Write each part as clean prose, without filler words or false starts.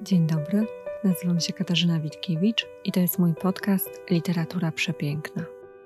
Dzień dobry, nazywam się Katarzyna Witkiewicz i to jest mój podcast Literatura Przepiękna.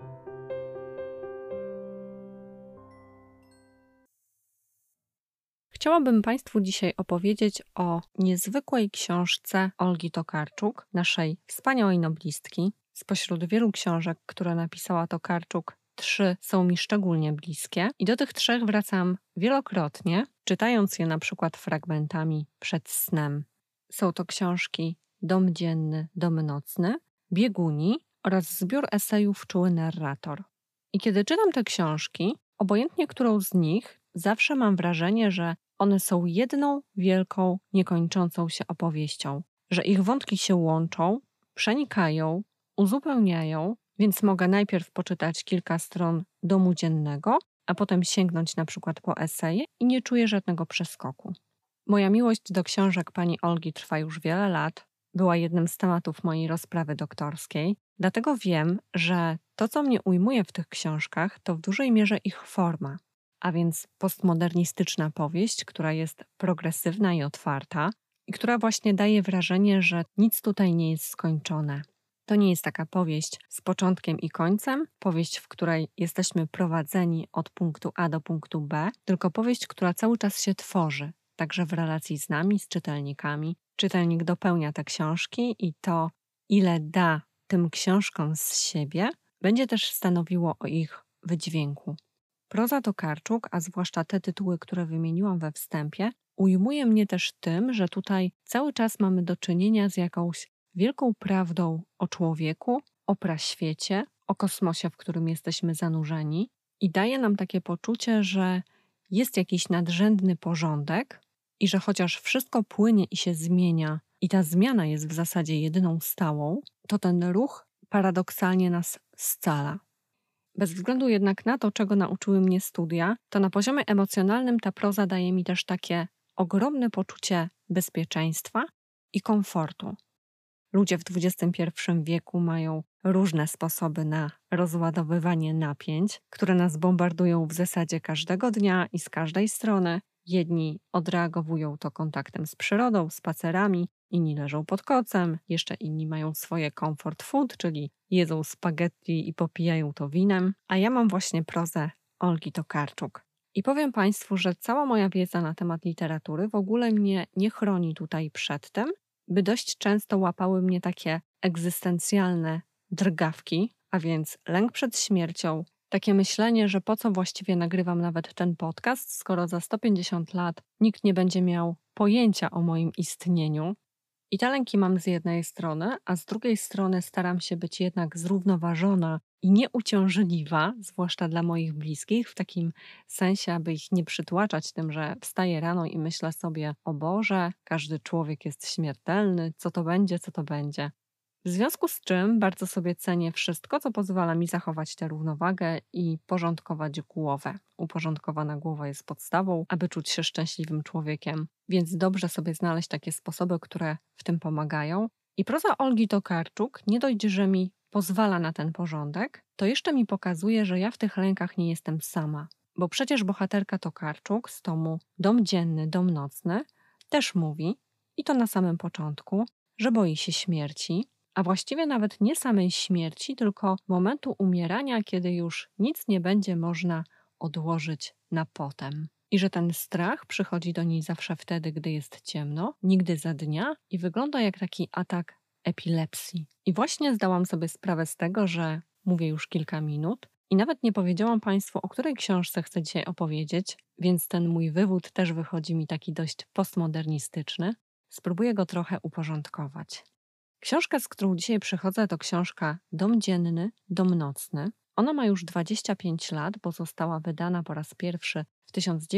Chciałabym Państwu dzisiaj opowiedzieć o niezwykłej książce Olgi Tokarczuk, naszej wspaniałej noblistki. Spośród wielu książek, które napisała Tokarczuk, 3 są mi szczególnie bliskie i do tych 3 wracam wielokrotnie, czytając je na przykład fragmentami przed snem. Są to książki Dom dzienny, dom nocny, Bieguni oraz zbiór esejów Czuły narrator. I kiedy czytam te książki, obojętnie którą z nich, zawsze mam wrażenie, że one są jedną wielką, niekończącą się opowieścią, że ich wątki się łączą, przenikają, uzupełniają, więc mogę najpierw poczytać kilka stron Domu dziennego, a potem sięgnąć na przykład po eseje i nie czuję żadnego przeskoku. Moja miłość do książek pani Olgi trwa już wiele lat, była jednym z tematów mojej rozprawy doktorskiej, dlatego wiem, że to, co mnie ujmuje w tych książkach, to w dużej mierze ich forma, a więc postmodernistyczna powieść, która jest progresywna i otwarta i która właśnie daje wrażenie, że nic tutaj nie jest skończone. To nie jest taka powieść z początkiem i końcem, powieść, w której jesteśmy prowadzeni od punktu A do punktu B, tylko powieść, która cały czas się tworzy, także w relacji z nami, z czytelnikami. Czytelnik dopełnia te książki i to, ile da tym książkom z siebie, będzie też stanowiło o ich wydźwięku. Proza Tokarczuk, a zwłaszcza te tytuły, które wymieniłam we wstępie, ujmuje mnie też tym, że tutaj cały czas mamy do czynienia z jakąś wielką prawdą o człowieku, o praświecie, o kosmosie, w którym jesteśmy zanurzeni i daje nam takie poczucie, że jest jakiś nadrzędny porządek i że chociaż wszystko płynie i się zmienia i ta zmiana jest w zasadzie jedyną stałą, to ten ruch paradoksalnie nas scala. Bez względu jednak na to, czego nauczyły mnie studia, to na poziomie emocjonalnym ta proza daje mi też takie ogromne poczucie bezpieczeństwa i komfortu. Ludzie w XXI wieku mają różne sposoby na rozładowywanie napięć, które nas bombardują w zasadzie każdego dnia i z każdej strony. Jedni odreagowują to kontaktem z przyrodą, spacerami, inni leżą pod kocem, jeszcze inni mają swoje comfort food, czyli jedzą spaghetti i popijają to winem, a ja mam właśnie prozę Olgi Tokarczuk. I powiem Państwu, że cała moja wiedza na temat literatury w ogóle mnie nie chroni tutaj przed tym, by dość często łapały mnie takie egzystencjalne drgawki, a więc lęk przed śmiercią, takie myślenie, że po co właściwie nagrywam nawet ten podcast, skoro za 150 lat nikt nie będzie miał pojęcia o moim istnieniu. I te lęki mam z jednej strony, a z drugiej strony staram się być jednak zrównoważona i nieuciążliwa, zwłaszcza dla moich bliskich, w takim sensie, aby ich nie przytłaczać tym, że wstaję rano i myślę sobie: o Boże, każdy człowiek jest śmiertelny, co to będzie, co to będzie. W związku z czym bardzo sobie cenię wszystko, co pozwala mi zachować tę równowagę i porządkować głowę. Uporządkowana głowa jest podstawą, aby czuć się szczęśliwym człowiekiem, więc dobrze sobie znaleźć takie sposoby, które w tym pomagają. I proza Olgi Tokarczuk nie dość, że mi pozwala na ten porządek, to jeszcze mi pokazuje, że ja w tych lękach nie jestem sama. Bo przecież bohaterka Tokarczuk z tomu Dom dzienny, dom nocny też mówi, i to na samym początku, że boi się śmierci, a właściwie nawet nie samej śmierci, tylko momentu umierania, kiedy już nic nie będzie można odłożyć na potem. I że ten strach przychodzi do niej zawsze wtedy, gdy jest ciemno, nigdy za dnia i wygląda jak taki atak epilepsji. I właśnie zdałam sobie sprawę z tego, że mówię już kilka minut i nawet nie powiedziałam Państwu, o której książce chcę dzisiaj opowiedzieć, więc ten mój wywód też wychodzi mi taki dość postmodernistyczny. Spróbuję go trochę uporządkować. Książka, z którą dzisiaj przychodzę, to książka Dom dzienny, dom nocny. Ona ma już 25 lat, bo została wydana po raz pierwszy w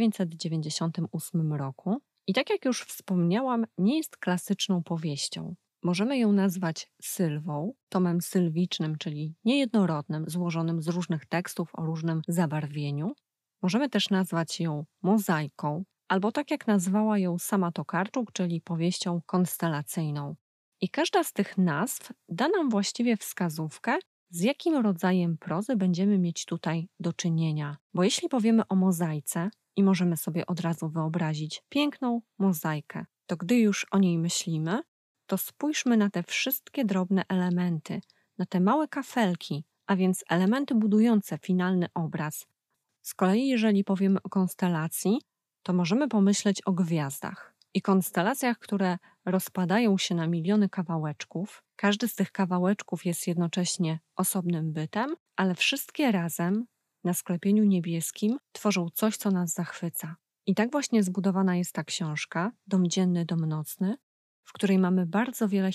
1998 roku. I tak jak już wspomniałam, nie jest klasyczną powieścią. Możemy ją nazwać sylwą, tomem sylwicznym, czyli niejednorodnym, złożonym z różnych tekstów o różnym zabarwieniu. Możemy też nazwać ją mozaiką, albo tak jak nazwała ją sama Tokarczuk, czyli powieścią konstelacyjną. I każda z tych nazw da nam właściwie wskazówkę, z jakim rodzajem prozy będziemy mieć tutaj do czynienia. Bo jeśli powiemy o mozaice i możemy sobie od razu wyobrazić piękną mozaikę, to gdy już o niej myślimy, to spójrzmy na te wszystkie drobne elementy, na te małe kafelki, a więc elementy budujące finalny obraz. Z kolei jeżeli powiemy o konstelacji, to możemy pomyśleć o gwiazdach i konstelacjach, które rozpadają się na miliony kawałeczków. Każdy z tych kawałeczków jest jednocześnie osobnym bytem, ale wszystkie razem na sklepieniu niebieskim tworzą coś, co nas zachwyca. I tak właśnie zbudowana jest ta książka, Dom dzienny, dom nocny, w której mamy bardzo wiele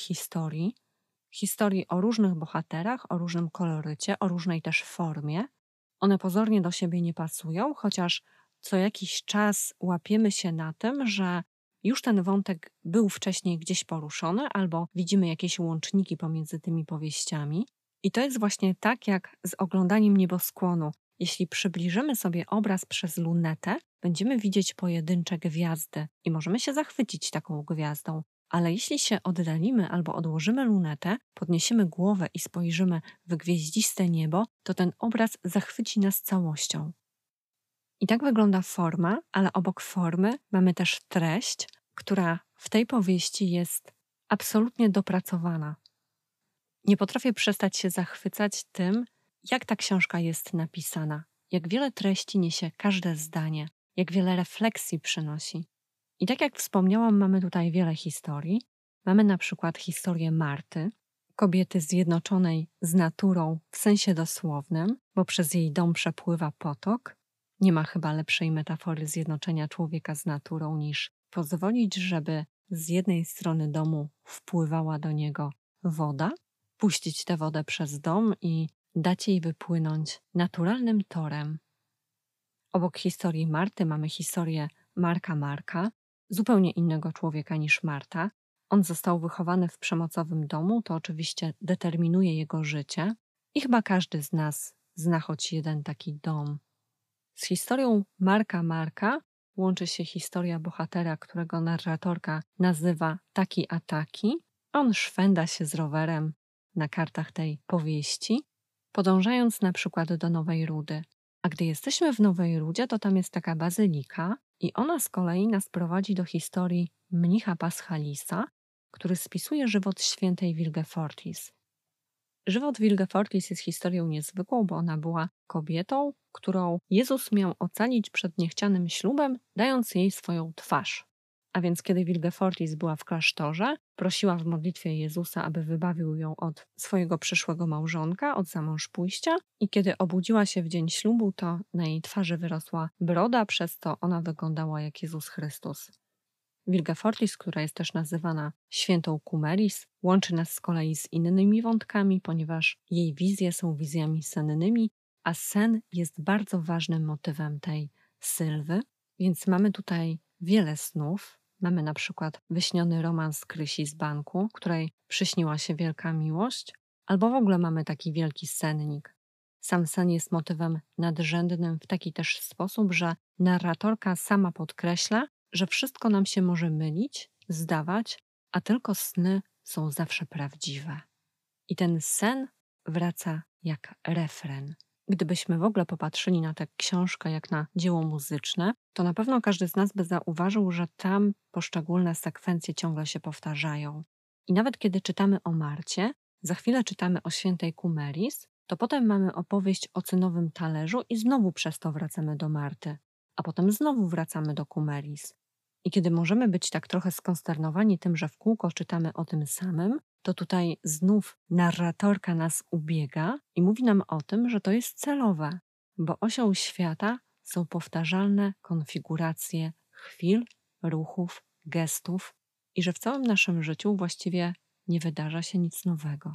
historii o różnych bohaterach, o różnym kolorycie, o różnej też formie. One pozornie do siebie nie pasują, chociaż co jakiś czas łapiemy się na tym, że już ten wątek był wcześniej gdzieś poruszony, albo widzimy jakieś łączniki pomiędzy tymi powieściami. I to jest właśnie tak jak z oglądaniem nieboskłonu. Jeśli przybliżymy sobie obraz przez lunetę, będziemy widzieć pojedyncze gwiazdy i możemy się zachwycić taką gwiazdą. Ale jeśli się oddalimy albo odłożymy lunetę, podniesiemy głowę i spojrzymy w gwieździste niebo, to ten obraz zachwyci nas całością. I tak wygląda forma, ale obok formy mamy też treść, która w tej powieści jest absolutnie dopracowana. Nie potrafię przestać się zachwycać tym, jak ta książka jest napisana, jak wiele treści niesie każde zdanie, jak wiele refleksji przynosi. I tak jak wspomniałam, mamy tutaj wiele historii. Mamy na przykład historię Marty, kobiety zjednoczonej z naturą w sensie dosłownym, bo przez jej dom przepływa potok. Nie ma chyba lepszej metafory zjednoczenia człowieka z naturą niż pozwolić, żeby z jednej strony domu wpływała do niego woda, puścić tę wodę przez dom i dać jej wypłynąć naturalnym torem. Obok historii Marty mamy historię Marka, zupełnie innego człowieka niż Marta. On został wychowany w przemocowym domu, to oczywiście determinuje jego życie i chyba każdy z nas zna choć jeden taki dom. Z historią Marka łączy się historia bohatera, którego narratorka nazywa Taki a Taki. On szwenda się z rowerem na kartach tej powieści, podążając na przykład do Nowej Rudy. A gdy jesteśmy w Nowej Rudzie, to tam jest taka bazylika i ona z kolei nas prowadzi do historii mnicha Paschalisa, który spisuje żywot świętej Wilgefortis. Żywot Wilgefortis jest historią niezwykłą, bo ona była kobietą, którą Jezus miał ocalić przed niechcianym ślubem, dając jej swoją twarz. A więc kiedy Wilgefortis była w klasztorze, prosiła w modlitwie Jezusa, aby wybawił ją od swojego przyszłego małżonka, od zamążpójścia i kiedy obudziła się w dzień ślubu, to na jej twarzy wyrosła broda, przez to ona wyglądała jak Jezus Chrystus. Wilgefortis, która jest też nazywana świętą Kumeris, łączy nas z kolei z innymi wątkami, ponieważ jej wizje są wizjami sennymi, a sen jest bardzo ważnym motywem tej Sylwy, więc mamy tutaj wiele snów. Mamy na przykład wyśniony romans Krysi z banku, której przyśniła się wielka miłość, albo w ogóle mamy taki wielki sennik. Sam sen jest motywem nadrzędnym w taki też sposób, że narratorka sama podkreśla, że wszystko nam się może mylić, zdawać, a tylko sny są zawsze prawdziwe. I ten sen wraca jak refren. Gdybyśmy w ogóle popatrzyli na tę książkę jak na dzieło muzyczne, to na pewno każdy z nas by zauważył, że tam poszczególne sekwencje ciągle się powtarzają. I nawet kiedy czytamy o Marcie, za chwilę czytamy o świętej Kumeris, to potem mamy opowieść o cynowym talerzu i znowu przez to wracamy do Marty, a potem znowu wracamy do Kumeris. I kiedy możemy być tak trochę skonsternowani tym, że w kółko czytamy o tym samym, to tutaj znów narratorka nas ubiega i mówi nam o tym, że to jest celowe, bo osią świata są powtarzalne konfiguracje chwil, ruchów, gestów i że w całym naszym życiu właściwie nie wydarza się nic nowego.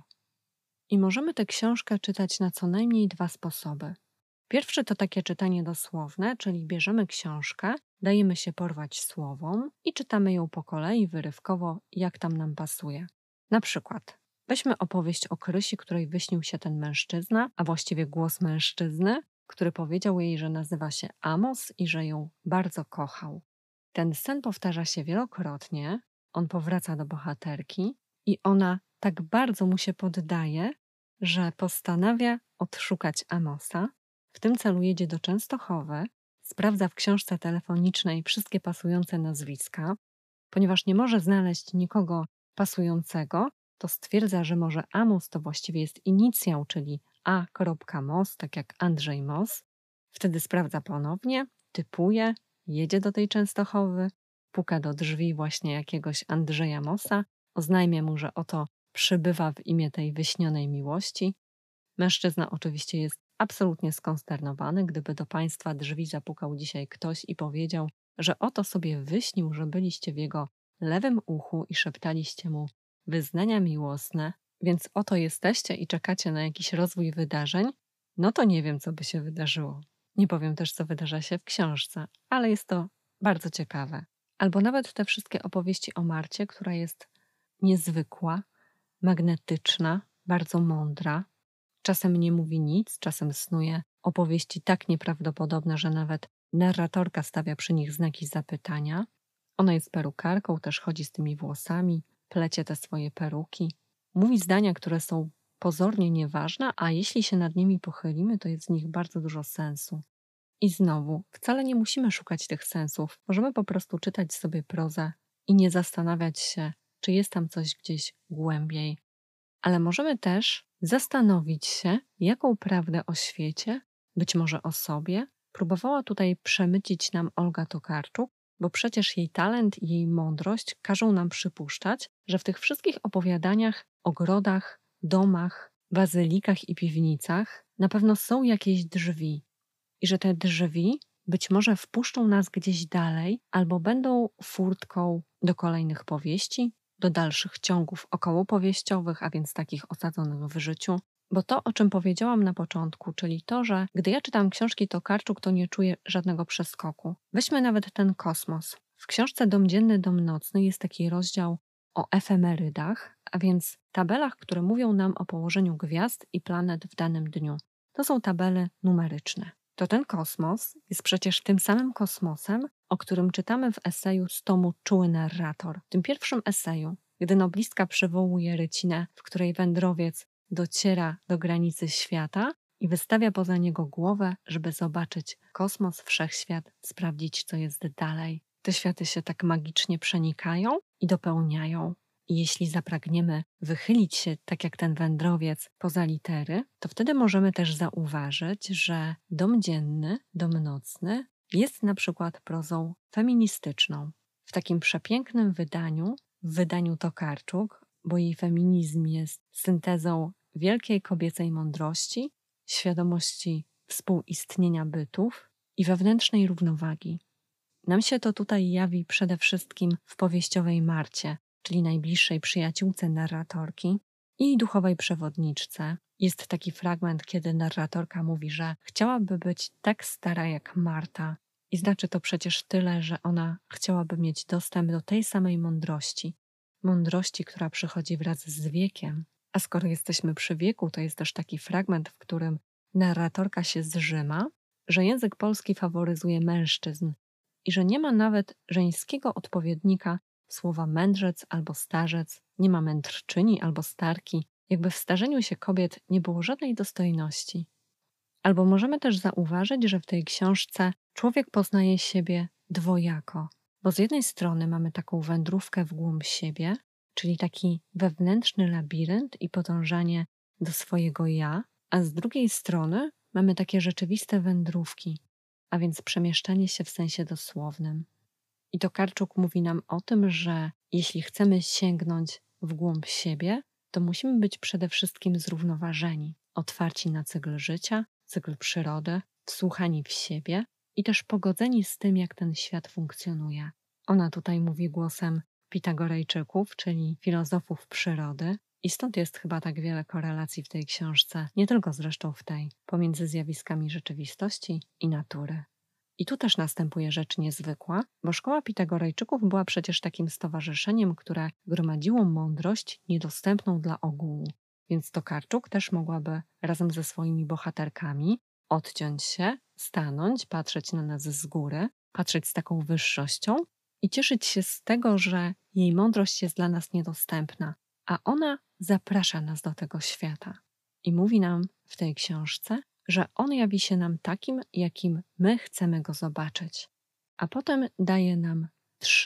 I możemy tę książkę czytać na co najmniej dwa sposoby. Pierwszy to takie czytanie dosłowne, czyli bierzemy książkę, dajemy się porwać słowom i czytamy ją po kolei, wyrywkowo, jak tam nam pasuje. Na przykład weźmy opowieść o Krysi, której wyśnił się ten mężczyzna, a właściwie głos mężczyzny, który powiedział jej, że nazywa się Amos i że ją bardzo kochał. Ten sen powtarza się wielokrotnie, on powraca do bohaterki i ona tak bardzo mu się poddaje, że postanawia odszukać Amosa. W tym celu jedzie do Częstochowy, sprawdza w książce telefonicznej wszystkie pasujące nazwiska, Ponieważ nie może znaleźć nikogo pasującego, to stwierdza, że może Amos to właściwie jest inicjał, czyli A.Moss, tak jak Andrzej Moss. Wtedy sprawdza ponownie, typuje, jedzie do tej Częstochowy, puka do drzwi właśnie jakiegoś Andrzeja Mossa, oznajmia mu, że oto przybywa w imię tej wyśnionej miłości. Mężczyzna oczywiście jest absolutnie skonsternowany, gdyby do państwa drzwi zapukał dzisiaj ktoś i powiedział, że oto sobie wyśnił, że byliście w jego lewym uchu i szeptaliście mu wyznania miłosne, więc oto jesteście i czekacie na jakiś rozwój wydarzeń, no to nie wiem, co by się wydarzyło. Nie powiem też, co wydarza się w książce, ale jest to bardzo ciekawe. Albo nawet te wszystkie opowieści o Marcie, która jest niezwykła, magnetyczna, bardzo mądra. Czasem nie mówi nic, czasem snuje opowieści tak nieprawdopodobne, że nawet narratorka stawia przy nich znaki zapytania. Ona jest perukarką, też chodzi z tymi włosami, plecie te swoje peruki. Mówi zdania, które są pozornie nieważne, a jeśli się nad nimi pochylimy, to jest w nich bardzo dużo sensu. I znowu, wcale nie musimy szukać tych sensów. Możemy po prostu czytać sobie prozę i nie zastanawiać się, czy jest tam coś gdzieś głębiej. Ale możemy też zastanowić się, jaką prawdę o świecie, być może o sobie, próbowała tutaj przemycić nam Olga Tokarczuk, bo przecież jej talent i jej mądrość każą nam przypuszczać, że w tych wszystkich opowiadaniach, ogrodach, domach, bazylikach i piwnicach na pewno są jakieś drzwi i że te drzwi być może wpuszczą nas gdzieś dalej albo będą furtką do kolejnych powieści, do dalszych ciągów okołopowieściowych, a więc takich osadzonych w życiu. Bo to, o czym powiedziałam na początku, czyli to, że gdy ja czytam książki Tokarczuk, to nie czuję żadnego przeskoku. Weźmy nawet ten kosmos. W książce Dom dzienny, dom nocny jest taki rozdział o efemerydach, a więc tabelach, które mówią nam o położeniu gwiazd i planet w danym dniu. To są tabele numeryczne. To ten kosmos jest przecież tym samym kosmosem, o którym czytamy w eseju z tomu Czuły narrator. W tym pierwszym eseju, gdy noblistka przywołuje rycinę, w której wędrowiec dociera do granicy świata i wystawia poza niego głowę, żeby zobaczyć kosmos, wszechświat, sprawdzić, co jest dalej. Te światy się tak magicznie przenikają i dopełniają. I jeśli zapragniemy wychylić się, tak jak ten wędrowiec, poza litery, to wtedy możemy też zauważyć, że dom dzienny, dom nocny jest na przykład prozą feministyczną. W takim przepięknym wydaniu, w wydaniu Tokarczuk, bo jej feminizm jest syntezą wielkiej kobiecej mądrości, świadomości współistnienia bytów i wewnętrznej równowagi. Nam się to tutaj jawi przede wszystkim w powieściowej Marcie, czyli najbliższej przyjaciółce narratorki i duchowej przewodniczce. Jest taki fragment, kiedy narratorka mówi, że chciałaby być tak stara jak Marta. I znaczy to przecież tyle, że ona chciałaby mieć dostęp do tej samej mądrości. Mądrości, która przychodzi wraz z wiekiem. A skoro jesteśmy przy wieku, to jest też taki fragment, w którym narratorka się zżyma, że język polski faworyzuje mężczyzn i że nie ma nawet żeńskiego odpowiednika słowa mędrzec albo starzec, nie ma mędrczyni albo starki, jakby w starzeniu się kobiet nie było żadnej dostojności. Albo możemy też zauważyć, że w tej książce człowiek poznaje siebie dwojako, bo z jednej strony mamy taką wędrówkę w głąb siebie, czyli taki wewnętrzny labirynt i podążanie do swojego ja, a z drugiej strony mamy takie rzeczywiste wędrówki, a więc przemieszczanie się w sensie dosłownym. I Tokarczuk mówi nam o tym, że jeśli chcemy sięgnąć w głąb siebie, to musimy być przede wszystkim zrównoważeni, otwarci na cykl życia, cykl przyrody, wsłuchani w siebie i też pogodzeni z tym, jak ten świat funkcjonuje. Ona tutaj mówi głosem Pitagorejczyków, czyli filozofów przyrody, i stąd jest chyba tak wiele korelacji w tej książce, nie tylko zresztą w tej, pomiędzy zjawiskami rzeczywistości i natury. I tu też następuje rzecz niezwykła, bo szkoła Pitagorejczyków była przecież takim stowarzyszeniem, które gromadziło mądrość niedostępną dla ogółu. Więc Tokarczuk też mogłaby razem ze swoimi bohaterkami odciąć się, stanąć, patrzeć na nas z góry, patrzeć z taką wyższością i cieszyć się z tego, że jej mądrość jest dla nas niedostępna, a ona zaprasza nas do tego świata. I mówi nam w tej książce, że on jawi się nam takim, jakim my chcemy go zobaczyć. A potem daje nam 3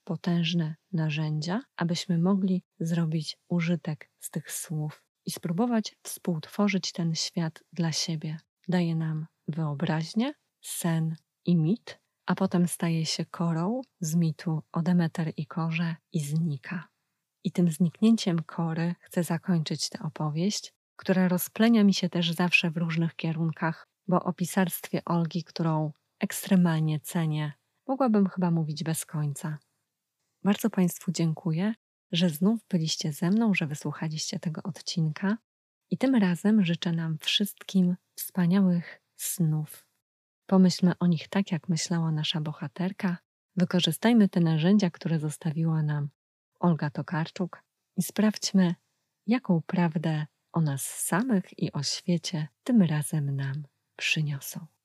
potężne narzędzia, abyśmy mogli zrobić użytek z tych słów i spróbować współtworzyć ten świat dla siebie. Daje nam wyobraźnię, sen i mit, a potem staje się korą z mitu o Demeter i Korze i znika. I tym zniknięciem Kory chcę zakończyć tę opowieść, która rozplenia mi się też zawsze w różnych kierunkach, bo o pisarstwie Olgi, którą ekstremalnie cenię, mogłabym chyba mówić bez końca. Bardzo Państwu dziękuję, że znów byliście ze mną, że wysłuchaliście tego odcinka i tym razem życzę nam wszystkim wspaniałych snów. Pomyślmy o nich tak, jak myślała nasza bohaterka, wykorzystajmy te narzędzia, które zostawiła nam Olga Tokarczuk i sprawdźmy, jaką prawdę o nas samych i o świecie tym razem nam przyniosą.